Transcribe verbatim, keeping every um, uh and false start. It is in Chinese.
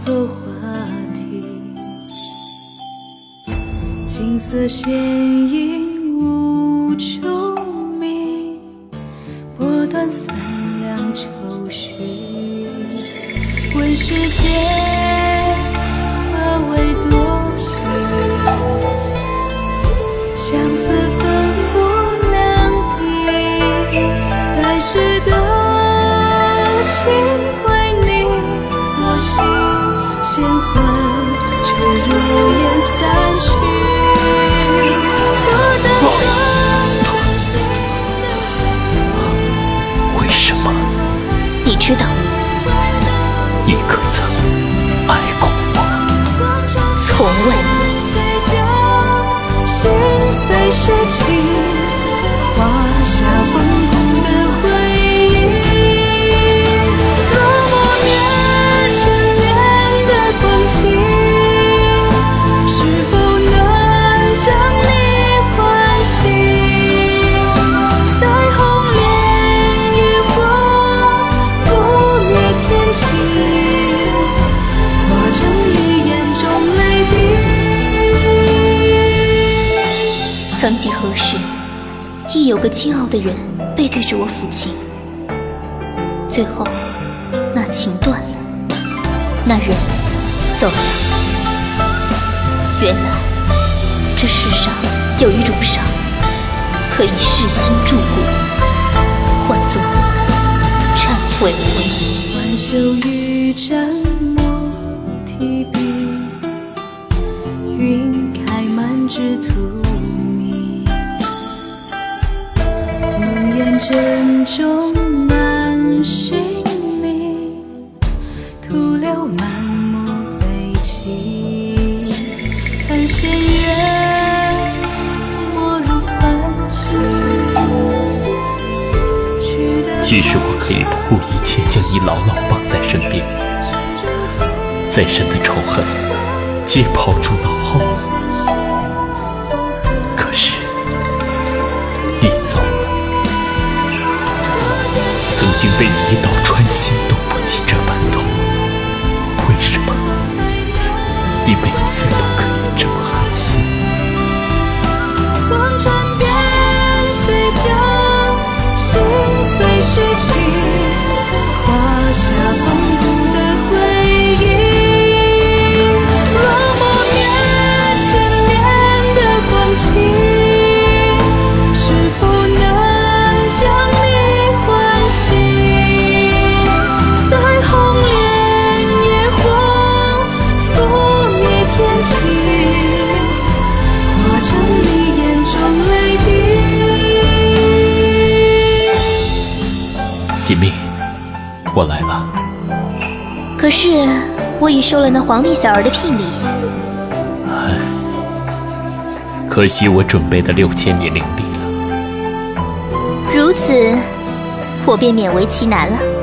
作话题。金色弦影无穷鸣，拨断三两愁绪。问世间何为多情，相思反复两地，待世的情归你所系，鲜魂却如烟散去。 为什么？ 你知道， 你可曾爱过我？ 从未。 心碎是情，画下风骨的回忆。多么年千年的光景，是否能将你唤醒？待红莲与火覆灭天际，化成你眼中泪滴。 曾几何时，亦有个清傲的人背对着我抚琴，最后那情断了，那人走了。原来这世上有一种伤，可以噬心铸骨，唤作忏悔回忆。 挽袖欲沾墨提笔，云开满纸荼蘼。梦魇阵中难寻觅，徒留满目悲戚。看弦月没入凡情， 即使我可以不顾一切将你牢牢绑在身边，再深的仇恨皆抛诸脑后，可是你走了，曾经被你一刀穿心都不及这般痛，为什么你每次都可以这么狠心？ 望穿遍谁将心碎是情，画下风骨的回忆。若磨灭千年的光景，是否能将你唤醒？待红莲野火覆灭天际，化成你眼中泪滴。 锦觅，我来了。 可是我已收了那皇帝小儿的聘礼。 唉，可惜我准备的六千年灵力了。 如此，我便勉为其难了。